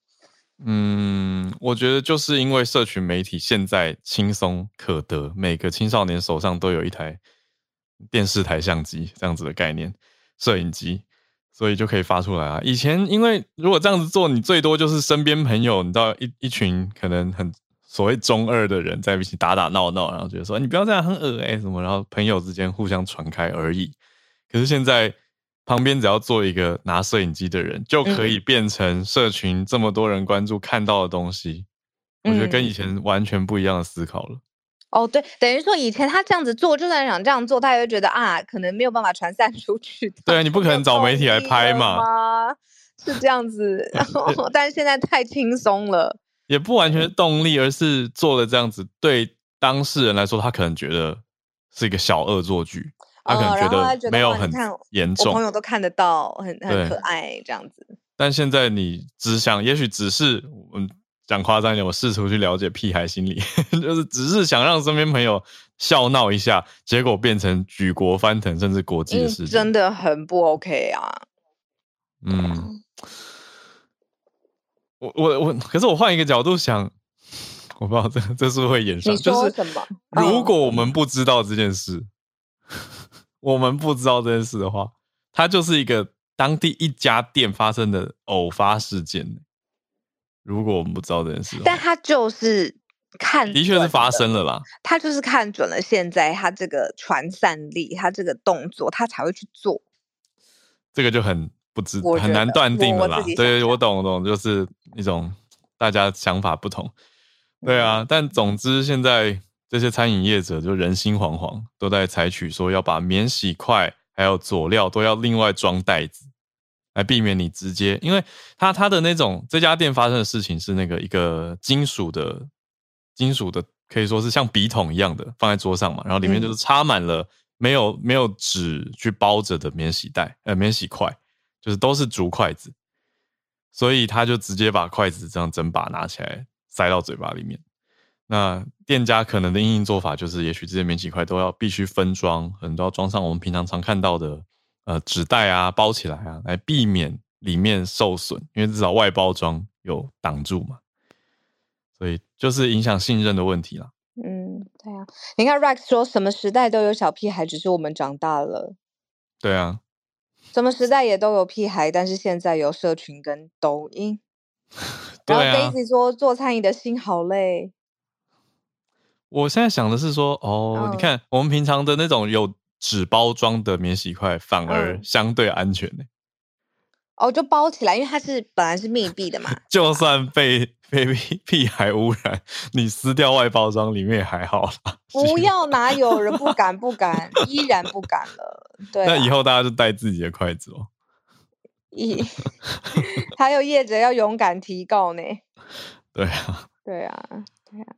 我觉得就是因为社群媒体现在轻松可得，每个青少年手上都有一台电视台相机这样子的概念，摄影机，所以就可以发出来啊。以前因为如果这样子做，你最多就是身边朋友，你知道一群可能很所谓中二的人在一起打闹闹，然后觉得说你不要这样很恶什么，然后朋友之间互相传开而已。可是现在旁边只要做一个拿摄影机的人，就可以变成社群这么多人关注看到的东西。我觉得跟以前完全不一样的思考了。 对，等于说以前他这样子做，就算想这样做，他也会觉得可能没有办法传散出去。 对，你不可能找媒体来拍嘛， 是这样子。但是现在太轻松了， 也不完全是动力，而是做了这样子，对当事人来说，他可能觉得是一个小恶作剧，他可能觉得没有很严重， 我朋友都看得到，很可爱这样子。 但现在你只想，也许只是讲夸张一点，我试图去了解屁孩心理，就是只是想让身边朋友笑闹一下，结果变成举国翻腾，甚至国际的事情， 真的很不 OK 啊。 可是我换一个角度想，我不知道这是不是会演上， 你说什么？ 就是如果我们不知道这件事，我们不知道这件事的话，它就是一个当地一家店发生的偶发事件。如果我们不知道这件事， 但他就是的确是发生了啦。 他就是看准了现在他这个传散力，他这个动作，他才会去做。 这个就很难断定了啦。对，我懂，就是一种大家想法不同。对啊，但总之现在这些餐饮业者就人心惶惶，都在采取说要把免洗筷还有佐料都要另外装袋子，来避免你直接，因为他的那种这家店发生的事情是那个一个金属的可以说是像笔筒一样的放在桌上嘛，然后里面就是插满了没有纸去包着的免洗筷，就是都是竹筷子，所以他就直接把筷子这样整把拿起来塞到嘴巴里面。那店家可能的因应做法就是，也许这些免洗筷都要必须分装，可能都要装上我们平常常看到的纸袋啊，包起来啊，来避免里面受损，因为至少外包装有挡住嘛，所以就是影响信任的问题啦。 对啊，你看 Rex 说什么时代都有小屁孩，只是我们长大了。 对啊， 什么时代也都有屁孩，但是现在有社群跟抖音。然后 Daisy 说做餐饮的心好累。 我现在想的是说，你看我们平常的那种有纸包装的免洗筷反而相对安全就包起来，因为它本来是密闭的嘛。 就算被屁孩污染，你撕掉外包装里面也还好啦。 不要，哪有人不敢，依然不敢了。对， 那以后大家就带自己的筷子哦。 还有业者要勇敢提告呢。 对啊。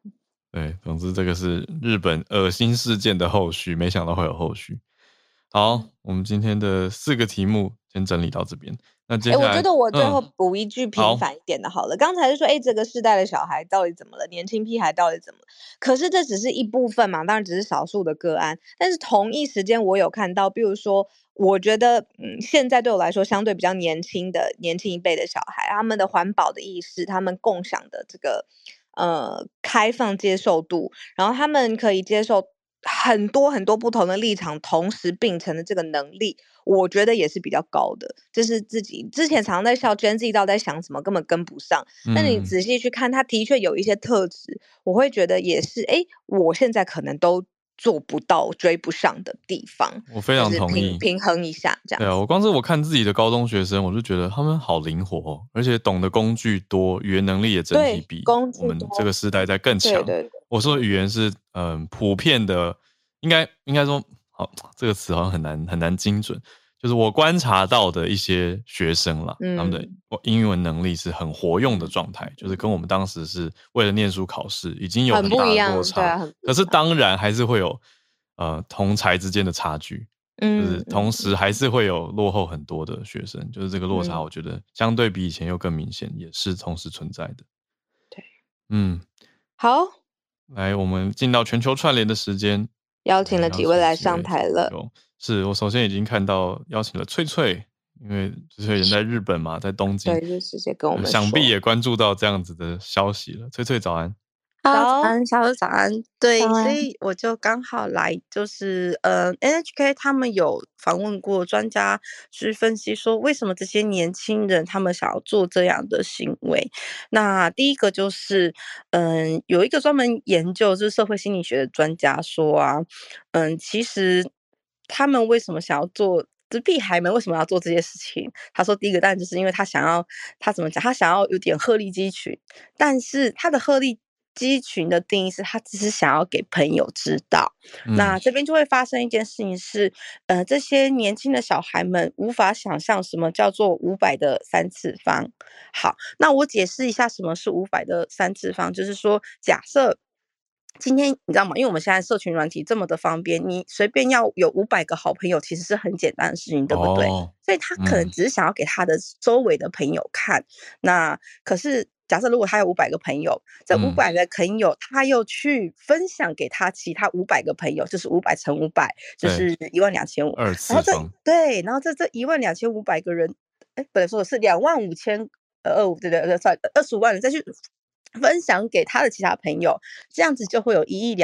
对，总之这个是日本恶心事件的后续，没想到会有后续。好，我们今天的4个题目先整理到这边。那接下来， 我觉得我最后补一句平好凡一点的好了。刚才是说，这个世代的小孩到底怎么了？年轻屁孩到底怎么了？可是这只是一部分嘛，当然只是少数的个案。但是同一时间，我有看到，比如说，我觉得，现在对我来说相对比较年轻一辈的小孩，他们的环保的意识，他们共享的这个开放接受度，然后他们可以接受很多很多不同的立场同时并存的这个能力，我觉得也是比较高的。就是自己之前常常在笑 Gen Z 到底在想什么，根本跟不上。但你仔细去看，他的确有一些特质，我会觉得也是，我现在可能都做不到、追不上的地方。 我非常同意， 就是平衡一下这样。 对啊，我光是我看自己的高中学生，我就觉得他们好灵活，而且懂得工具多，语言能力也整体比我们这个时代在更强。 对， 我说的语言是普遍的，应该说好，这个词好像很难精准。就是我观察到的一些学生啦，他们的英文能力是很活用的状态，就是跟我们当时是为了念书考试已经有很大的落差。可是当然还是会有同才之间的差距。就是同时还是会有落后很多的学生，就是这个落差，我觉得相对比以前又更明显，也是同时存在的。 对， 好，来，我们进到全球串联的时间， 邀请了几位来上台了。 是我首先已经看到邀请了翠翠，因为翠翠人在日本嘛，在东京， 对，就直接跟我们说， 想必也关注到这样子的消息了。翠翠早安。 早安，小友早安。对，所以我就刚好来，就是NHK 他们有访问过专家去分析说，为什么这些年轻人他们想要做这样的行为。那第一个就是有一个专门研究就是社会心理学的专家说啊，其实他们为什么想要做，就是屁孩们为什么要做这些事情？他说，第一个当然就是因为他想要有点鹤立鸡群，但是他的鹤立鸡群的定义是他只是想要给朋友知道。那这边就会发生一件事情是，这些年轻的小孩们无法想象什么叫做500的3次方。好，那我解释一下什么是500的3次方，就是说，假设今天你知道吗？因为我们现在社群软体这么的方便，你随便要有500个好朋友，其实是很简单的事情，对不对？所以他可能只是想要给他的周围的朋友看。那可是假设如果他有500个朋友，这500个朋友他又去分享给他其他500个朋友，就是500乘500，就是12500。 2次方。 对，然后这12500个人，本来说的是25000，对，25万人再去分享给他的其他朋友，这样子就会有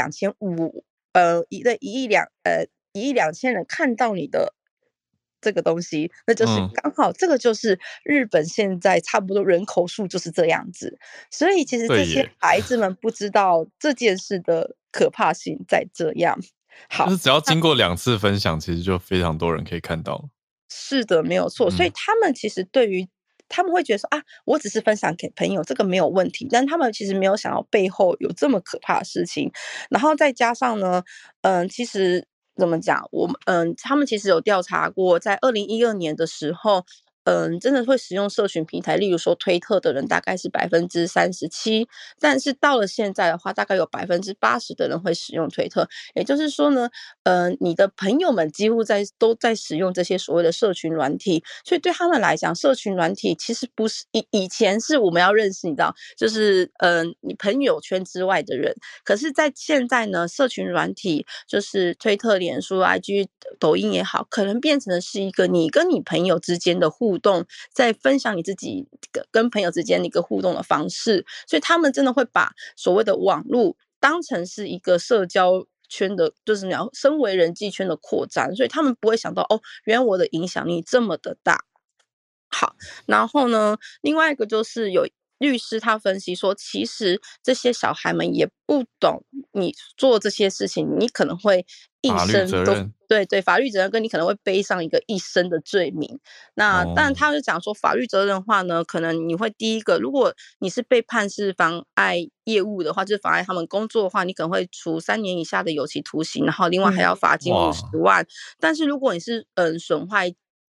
12500，1亿2000人看到你的这个东西，那就是刚好这个就是日本现在差不多人口数就是这样子。所以其实这些孩子们不知道这件事的可怕性在这样。好， 就是只要经过2次分享，其实就非常多人可以看到了。 是的，没有错。所以他们其实对于他们会觉得说啊，我只是分享给朋友，这个没有问题。但他们其实没有想到背后有这么可怕的事情。然后再加上呢，其实怎么讲，他们其实有调查过，在2012年的时候，真的会使用社群平台，例如说推特的人大概是37%，但是到了现在的话，大概有80%的人会使用推特。也就是说呢，你的朋友们几乎都在使用这些所谓的社群软体，所以对他们来讲，社群软体其实不是以前是我们要认识，你知道，就是你朋友圈之外的人。可是，在现在呢，社群软体就是推特、脸书、IG、抖音也好，可能变成的是一个你跟你朋友之间的互动，在分享你自己跟朋友之间的一个互动的方式。所以他们真的会把所谓的网络当成是一个社交圈的，就是你要身为人际圈的扩展，所以他们不会想到哦，原来我的影响力这么的大。好，然后呢，另外一个就是有律师他分析说，其实这些小孩们也不懂你做这些事情，你可能会一生都对法律责任，跟你可能会背上一个一生的罪名。那当然他就讲说，法律责任的话呢，可能你会第一个，如果你是被判是妨碍业务的话，就是妨碍他们工作的话，你可能会处3年以下的有期徒刑，然后另外还要罚金50万。但是如果你是损坏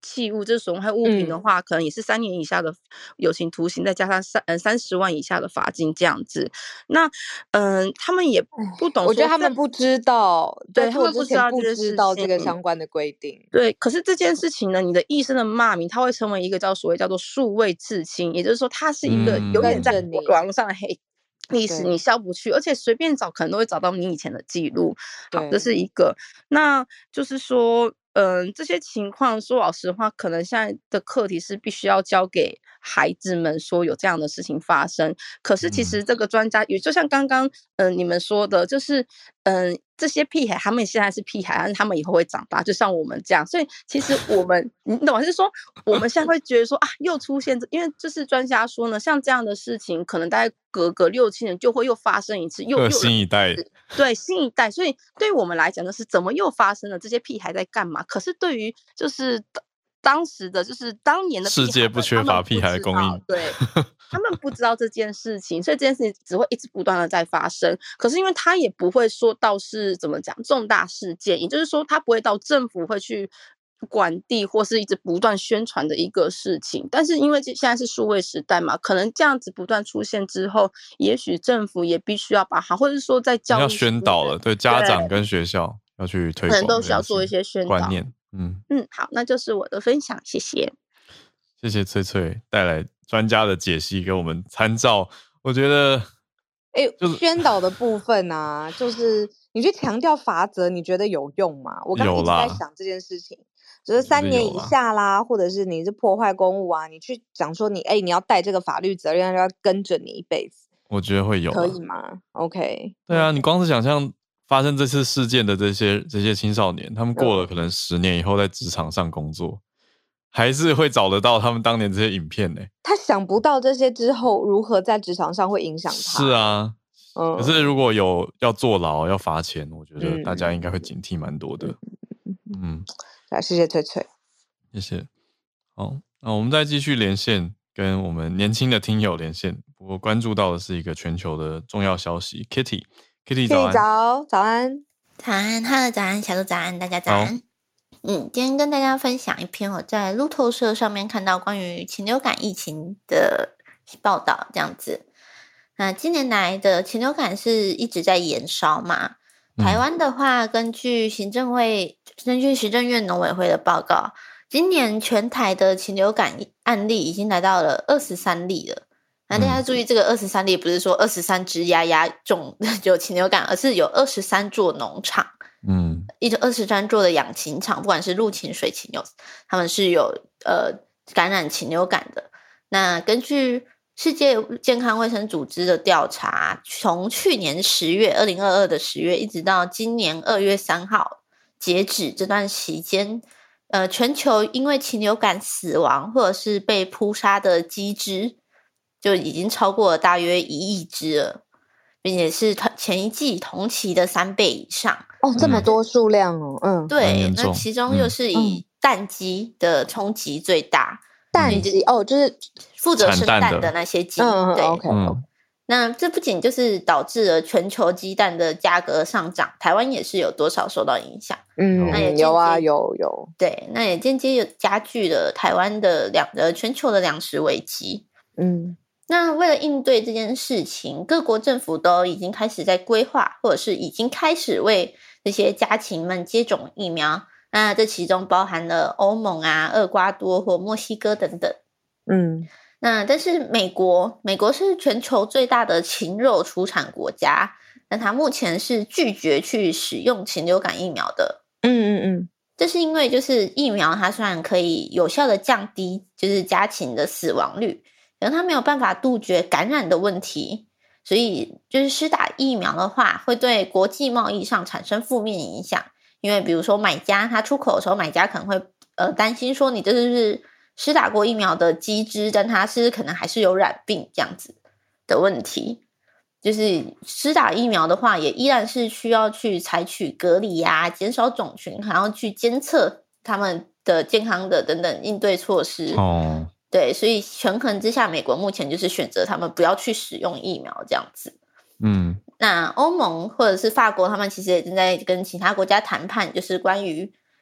器物，就是损坏物品的话，可能也是3年以下的有期徒刑，再加上30万以下的罚金这样子。那他们也不懂， 我觉得他们不知道， 对他们不知道这个相关的规定。 对，可是这件事情呢，你的一声的骂名，它会成为一个所谓叫做数位刺青，也就是说，它是一个永远在网络上的黑历史，你消不去，而且随便找可能都会找到你以前的记录。好，这是一个。那就是说，这些情况说老实话，可能现在的课题是必须要交给孩子们说有这样的事情发生。可是其实这个专家也就像刚刚你们说的，就是这些屁孩他们现在是屁孩，但是他们以后会长大，就像我们这样。所以其实我们你懂，是说我们现在会觉得说啊，又出现因为就是专家说呢，像这样的事情，可能大概隔6、7年就会又发生一次，又新一代， 对新一代。所以对于我们来讲，就是怎么又发生了？这些屁孩在干嘛？可是对于就是当时的就是当年的世界不缺乏屁孩的供应， 对。他们不知道这件事情，所以这件事情只会一直不断的在发生。可是因为他也不会说到是怎么讲重大事件，也就是说他不会到政府会去管地或是一直不断宣传的一个事情。但是因为现在是数位时代嘛，可能这样子不断出现之后，也许政府也必须要把它，或者说在教育要宣导了，对家长跟学校要去推广， 可能都需要做一些宣导观念。 好，那就是我的分享，谢谢。 谢谢翠翠带来专家的解析给我们参照。我觉得宣导的部分啊，就是你去强调罚则，你觉得有用吗？我刚刚一直在想这件事情，就是3年以下啦，或者是你是破坏公物啊，你去讲说你要带这个法律责任，要跟着你一辈子， 我觉得会有， 可以吗 ？OK， 对啊，你光是想象发生这次事件的这些青少年，他们过了可能10年以后在职场上工作，还是会找得到他们当年这些影片呢。 他想不到这些之后如何在职场上会影响他。 是啊，可是如果有要坐牢要罚钱，我觉得大家应该会警惕蛮多的。 谢谢翠翠， 谢谢。好，那我们再继续连线，跟我们年轻的听友连线。不过关注到的是一个全球的重要消息 ，Kitty 早安。 早安 ，Hello 早安，小鹿早安，大家早安。今天跟大家分享一篇我在路透社上面看到关于禽流感疫情的报道，这样子。那近年来的禽流感是一直在延烧嘛？台湾的话，根据行政院农委会的报告，今年全台的禽流感案例已经来到了23例了。那大家注意，这个23例不是说23只鸭中有禽流感，而是有23座农场。23座的养禽场，不管是陆禽、水禽，他们是有感染禽流感的。那根据世界健康卫生组织的调查，从去年2022的10月，一直到今年2月3号截止这段期间，全球因为禽流感死亡或者是被扑杀的鸡只，就已经超过了大约1亿只了。并且是前一季同期的3倍以上这么多数量哦。 对，那其中又是以蛋鸡的冲击最大。 蛋鸡就是负责生蛋的那些鸡。对 ，OK。 那这不仅就是导致了全球鸡蛋的价格上涨，台湾也是有多少受到影响。那也有啊，有。 对，那也间接加剧了台湾的全球的粮食危机。那为了应对这件事情，各国政府都已经开始在规划，或者是已经开始为这些家禽们接种疫苗。那这其中包含了欧盟啊、厄瓜多或墨西哥等等。那但是美国是全球最大的禽肉出产国家，但它目前是拒绝去使用禽流感疫苗的。这是因为就是疫苗它虽然可以有效的降低就是家禽的死亡率，可是它没有办法杜绝感染的问题，所以就是施打疫苗的话，会对国际贸易上产生负面影响。因为比如说买家他出口的时候，买家可能会担心说你这是施打过疫苗的鸡只，但它是可能还是有染病这样子的问题。就是施打疫苗的话，也依然是需要去采取隔离啊，减少种群，还要去监测他们的健康的等等应对措施。对，所以权衡之下，美国目前就是选择他们不要去使用疫苗这样子。那欧盟或者是法国，他们其实也正在跟其他国家谈判，就是关于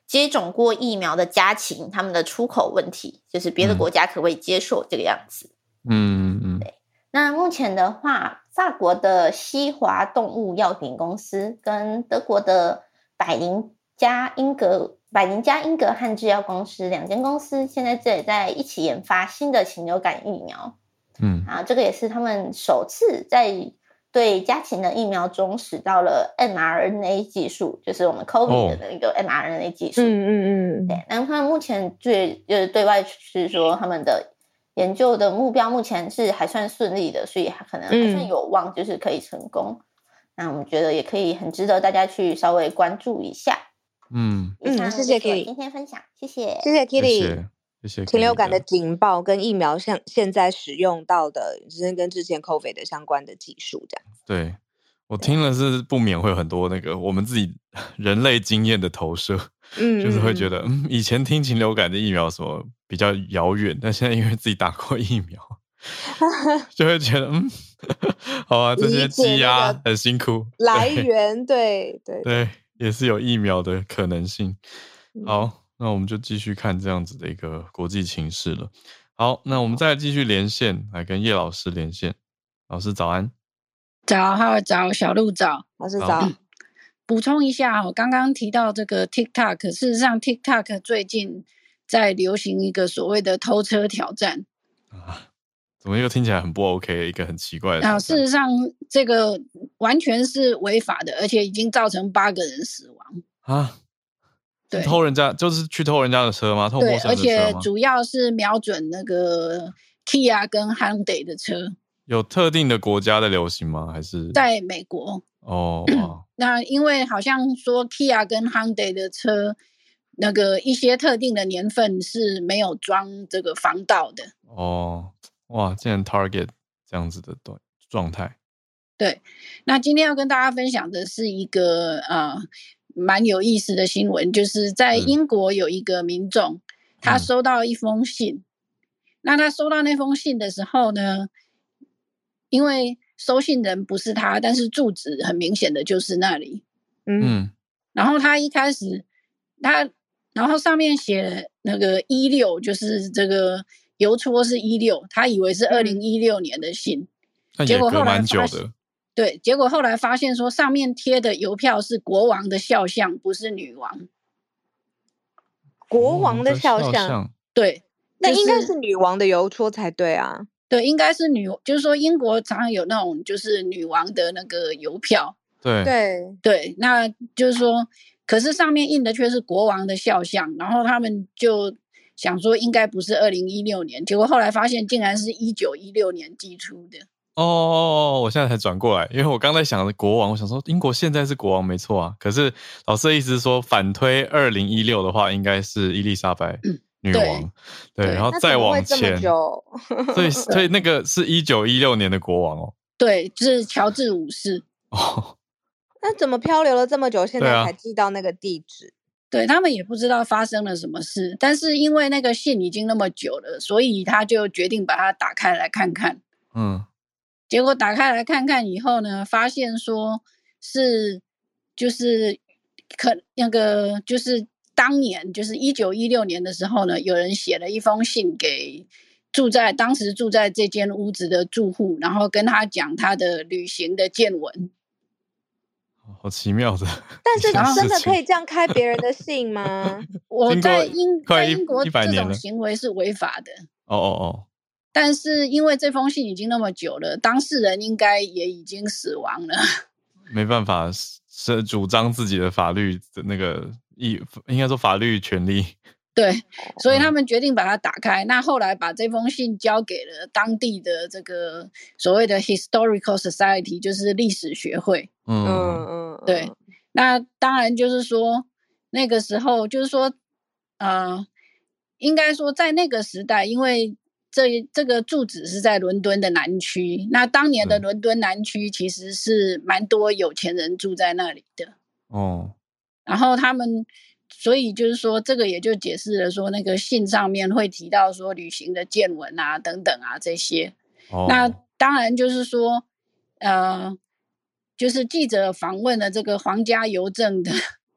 接种过疫苗的家禽他们的出口问题，就是别的国家可不可以接受这个样子。对。那目前的话，法国的西华动物药品公司跟德国的百灵加英格汉制药公司2间公司现在这里在一起研发新的禽流感疫苗。这个也是他们首次在对家禽的疫苗中使到了 mRNA 技术，就是我们 COVID 的那个 mRNA 技术。对，那他们目前就是对外是说他们的研究的目标目前是还算顺利的，所以可能还算有望就是可以成功。那我们觉得也可以很值得大家去稍微关注一下。 谢谢 Kitty 今天分享，谢谢 Kitty， 谢谢禽流感的警报跟疫苗像现在使用到的跟之前 COVID 的相关的技术这样。 对，我听了是不免会有很多那个我们自己人类经验的投射。就是会觉得以前听禽流感的疫苗什么比较遥远，但现在因为自己打过疫苗就会觉得好啊，这些鸡鸭很辛苦， 来源对， 也是有疫苗的可能性。好，那我们就继续看这样子的一个国际情势了。好，那我们再继续连线，来跟叶老师连线。老师早安。 早，小鹿早， 老师早。 补充一下，我刚刚提到这个 TikTok， 事实上 TikTok 最近在流行一个所谓的偷车挑战。 怎么又听起来很不 OK， 一个很奇怪的挑战。 事实上这个完全是违法的，而且已经造成8个人死亡。 对，偷人家就是去偷人家的车吗？偷陌生的车吗？ 对，而且主要是瞄准那个 Kia 跟 Hyundai 的车。 有特定的国家的流行吗？还是在美国？那因为好像说 Kia 跟 Hyundai 的车那个一些特定的年份是没有装这个防盗的。 哇，竟然 target 这样子的状态。 对，那今天要跟大家分享的是一个蛮有意思的新闻，就是在英国有一个民众，他收到一封信。那他收到那封信的时候呢，因为收信人不是他，但是住址很明显的就是那里。然后他一开始然后上面写那个16，就是这个邮戳是16，他以为是2016年的信。 结果后来蛮久的。 对，结果后来发现说上面贴的邮票是国王的肖像，不是女王。 国王的肖像？ 对， 那应该是女王的邮戳才对啊。 对，应该是就是说英国常常有那种就是女王的那个邮票。对，那就是说，可是上面印的却是国王的肖像，然后他们就想说应该不是2016年，结果后来发现竟然是1916年寄出的。 我现在才转过来，因为我刚才想的国王，我想说英国现在是国王没错啊，可是老师的意思是说反推2016的话，应该是伊丽莎白女王。对，然后再往前，所以那个是1916年的国王对，就是乔治5世。 那怎么漂流了这么久，现在才寄到那个地址？ 对，他们也不知道发生了什么事，但是因为那个信已经那么久了，所以他就决定把它打开来看看。结果打开来看看以后呢，发现说是就是就是当年就是1916年的时候呢，有人写了一封信给当时住在这间屋子的住户，然后跟他讲他的旅行的见闻。 好奇妙的。 但是真的可以这样开别人的信吗？ 我在英国这种行为是违法的。但是因为这封信已经那么久了，当事人应该也已经死亡了， 没办法是主张自己的法律的那个应该说法律权利。 对，所以他们决定把它打开。那后来把这封信交给了当地的这个所谓的 Historical Society， 就是历史学会。对，那当然就是说那个时候就是说应该说在那个时代，因为这个住址是在伦敦的南区，那当年的伦敦南区其实是蛮多有钱人住在那里的。然后所以就是说这个也就解释了说那个信上面会提到说旅行的见闻啊等等啊这些。那当然就是说就是记者访问了这个皇家邮政的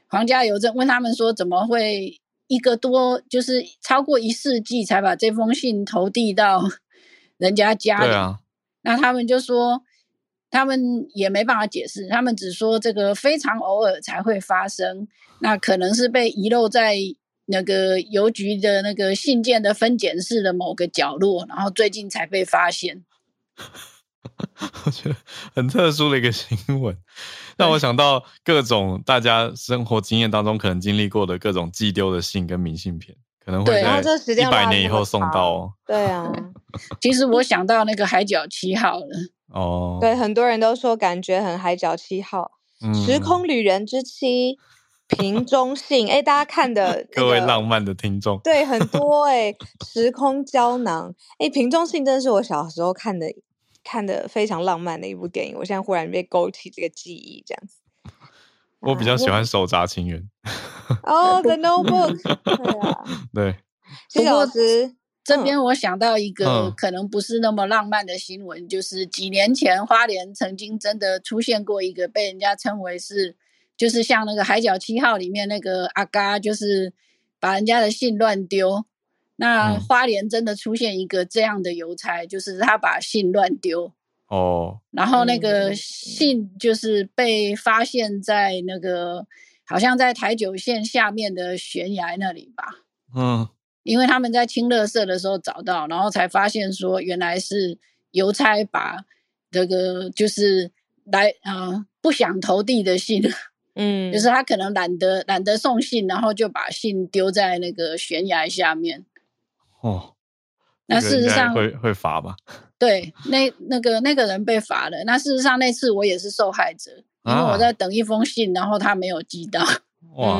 皇家邮政，问他们说怎么会一个多就是超过1世纪才把这封信投递到人家家里。 对啊， 那他们就说他们也没办法解释，他们只说这个非常偶尔才会发生，那可能是被遗漏在那个邮局的那个信件的分拣室的某个角落，然后最近才被发现。 我觉得很特殊的一个新闻，让我想到各种大家生活经验当中可能经历过的各种寄丢的信跟明信片，可能会在100年以后送到哦。 对啊， 其实我想到那个海角7号了。 哦， 对，很多人都说感觉很海角7号，时空旅人之妻，瓶中信，大家看的、 各位浪漫的听众， 对，很多时空胶囊，瓶中信真的是我小时候看的非常浪漫的一部电影，我现在忽然被勾起这个记忆，这样子。 我比较喜欢手札情缘。 哦，The Notebook， 对啊， 对。 谢谢老师。 这边我想到一个可能不是那么浪漫的新闻，就是几年前花莲曾经真的出现过一个被人家称为是，就是像那个海角7号里面那个阿嘎，就是把人家的信乱丢。那花莲真的出现一个这样的邮差，就是他把信乱丢。 哦， 然后那个信就是被发现在那个好像在台九线下面的悬崖那里吧。因为他们在清垃圾的时候找到，然后才发现说原来是邮差把这个就是来不想投递的信，就是他可能懒得送信，然后就把信丢在那个悬崖下面。 那事实上会罚吧？ 对，那个人被罚了。那事实上那次我也是受害者，因为我在等一封信，然后他没有寄到。 哇，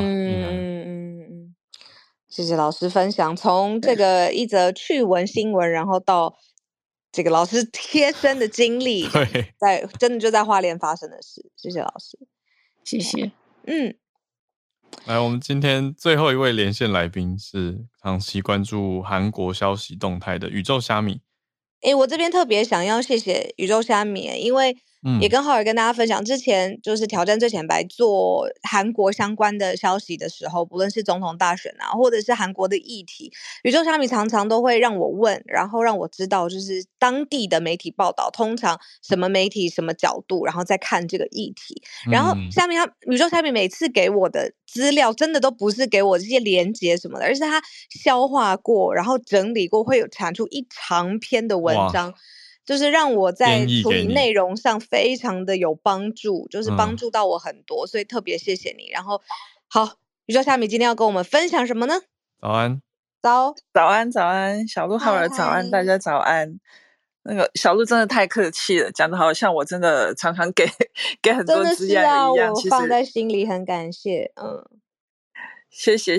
谢谢老师分享，从这个一则趣闻新闻，然后到这个老师贴身的经历，对，真的就在花莲发生的事。谢谢老师， 谢谢。 来，我们今天最后一位连线来宾是长期关注韩国消息动态的宇宙虾米。 我这边特别想要谢谢宇宙虾米，因为也跟浩尔跟大家分享，之前就是挑战最前白做韩国相关的消息的时候，不论是总统大选啊，或者是韩国的议题，宇宙虾米常常都会让我问，然后让我知道就是当地的媒体报道，通常什么媒体什么角度，然后再看这个议题。然后宇宙虾米每次给我的资料真的都不是给我这些连结什么的，而是他消化过，然后整理过，会有产出一长篇的文章，就是让我在处理内容上非常的有帮助，就是帮助到我很多，所以特别谢谢你。然后好，宇宙虾米今天要跟我们分享什么呢？ 早安， 早安，小鹿浩尔早安，大家早安。那个小鹿真的太客气了，讲的好像我真的常常给很多资源一样， 我放在心里，很感谢。 谢谢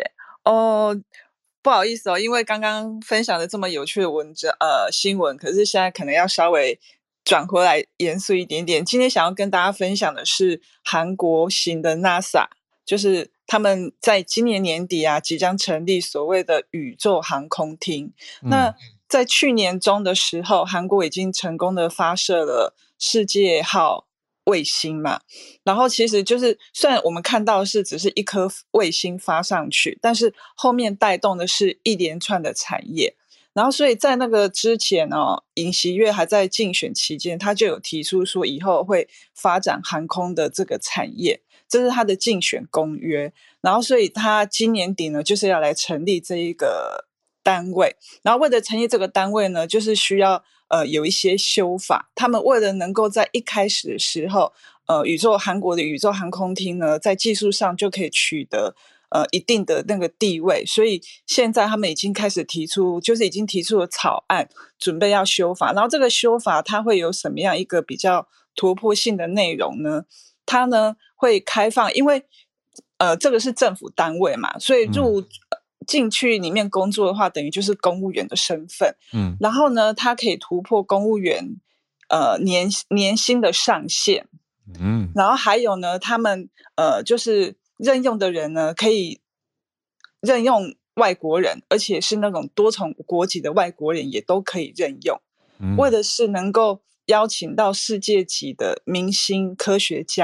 不好意思因为刚刚分享的这么有趣的新闻，可是现在可能要稍微转回来严肃一点点。今天想要跟大家分享的是韩国型的 NASA， 就是他们在今年年底即将成立所谓的宇宙航空厅。那在去年中的时候，韩国已经成功的发射了世界号卫星嘛，然后其实就是虽然我们看到是只是一颗卫星发上去，但是后面带动的是一连串的产业。然后所以在那个之前尹锡悦还在竞选期间，他就有提出说以后会发展航空的这个产业，这是他的竞选公约。然后所以他今年底呢就是要来成立这一个单位，然后为了成立这个单位呢，就是需要有一些修法。他们为了能够在一开始的时候韩国的宇宙航空厅呢在技术上就可以取得一定的那个地位，所以现在他们已经开始提出了草案，准备要修法。然后这个修法它会有什么样一个比较突破性的内容呢？它呢会开放，因为这个是政府单位嘛，所以进去里面工作的话，等于就是公务员的身份。然后呢，它可以突破公务员年薪的上限。然后还有呢，他们就是任用的人呢，可以任用外国人，而且是那种多重国籍的外国人也都可以任用。为的是能够邀请到世界级的明星科学家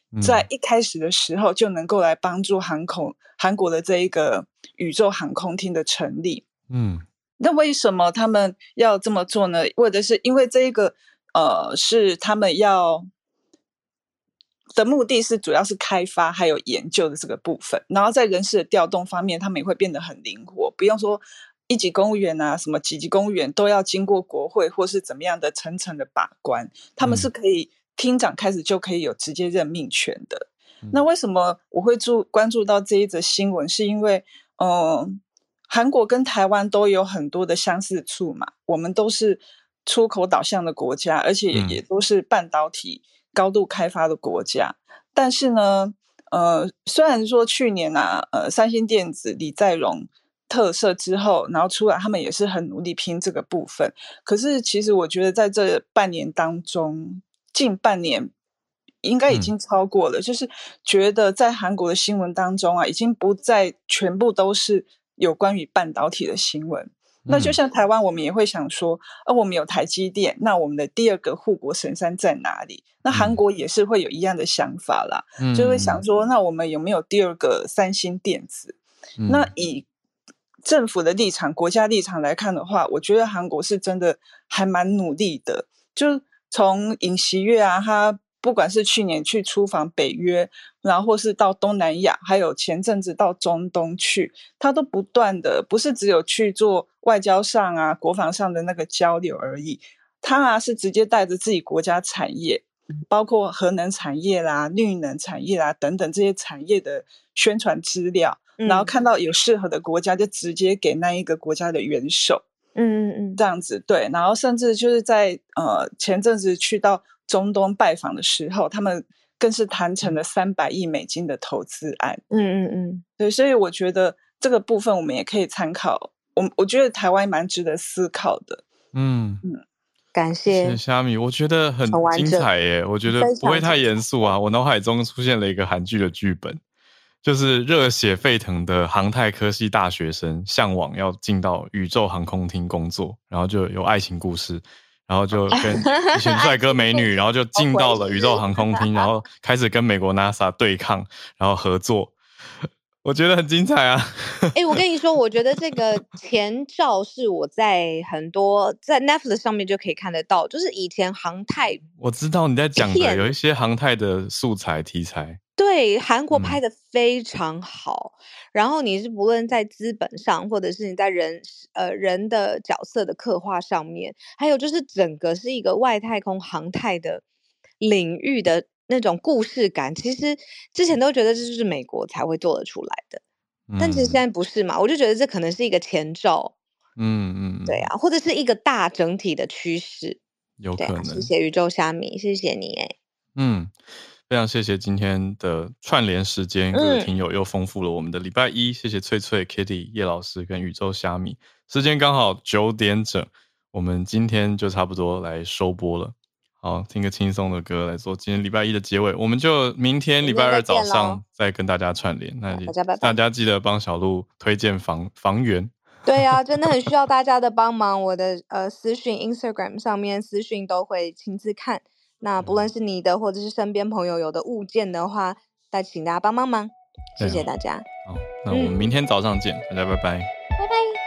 在一开始的时候就能够来帮助韩国的这一个宇宙航空厅的成立。那为什么他们要这么做呢？或者是因为这一个是他们要的目的是主要是开发还有研究的这个部分，然后在人事的调动方面他们也会变得很灵活，不用说一级公务员啊什么几级公务员都要经过国会或是怎么样的层层的把关，他们是可以厅长开始就可以有直接任命权的。那为什么我会关注到这一则新闻，是因为韩国跟台湾都有很多的相似处嘛，我们都是出口导向的国家，而且也都是半导体高度开发的国家。但是呢虽然说去年三星电子李在镕特赦之后，然后出来他们也是很努力拼这个部分，可是其实我觉得在这半年当中，近半年应该已经超过了，就是觉得在韩国的新闻当中已经不再全部都是有关于半导体的新闻。那就像台湾我们也会想说我们有台积电，那我们的第二个护国神山在哪里？那韩国也是会有一样的想法啦，就会想说那我们有没有第二个三星电子？那以政府的立场国家立场来看的话，我觉得韩国是真的还蛮努力的，就从尹锡悦他不管是去年去出访北约，然后或是到东南亚，还有前阵子到中东去，他都不断的不是只有去做外交上国防上的那个交流而已，他是直接带着自己国家产业，包括核能产业啦、绿能产业啦等等这些产业的宣传资料，然后看到有适合的国家就直接给那一个国家的元首，这样子。对，然后甚至就是在前阵子去到中东拜访的时候，他们更是谈成了300亿美金的投资案。对，所以我觉得这个部分我们也可以参考，我觉得台湾蛮值得思考的。 感谢虾米，我觉得很精彩耶，我觉得不会太严肃我脑海中出现了一个韩剧的剧本，就是热血沸腾的航太科系大学生向往要进到宇宙航空厅工作，然后就有爱情故事，然后就跟一群帅哥美女然后就进到了宇宙航空厅，然后开始跟美国 NASA 对抗，然后合作，我觉得很精彩我跟你说，我觉得这个前照是我在很多在 Netflix 上面就可以看得到，就是以前航太， 我知道你在讲的有一些航太的素材题材， 对，韩国拍的非常好，然后你是不论在资本上，或者是你在人的角色的刻画上面，还有就是整个是一个外太空航太的领域的那种故事感，其实之前都觉得这就是美国才会做得出来的，但其实现在不是嘛，我就觉得这可能是一个前兆，对或者是一个大整体的趋势， 有可能。 谢谢宇宙虾米，谢谢你非常谢谢今天的串联时间，各位听友又丰富了我们的礼拜一，谢谢翠翠、Kitty、叶老师跟宇宙虾米，时间刚好9点整，我们今天就差不多来收播了。好，听个轻松的歌来做今天礼拜一的结尾，我们就明天礼拜二早上再跟大家串联。那大家记得帮小鹿推荐房源。 对真的很需要大家的帮忙，我的私讯 Instagram 上面私讯都会亲自看，那不论是你的或者是身边朋友有的物件的话，请大家帮忙，谢谢大家。 好，那我们明天早上见，大家拜拜。 拜拜。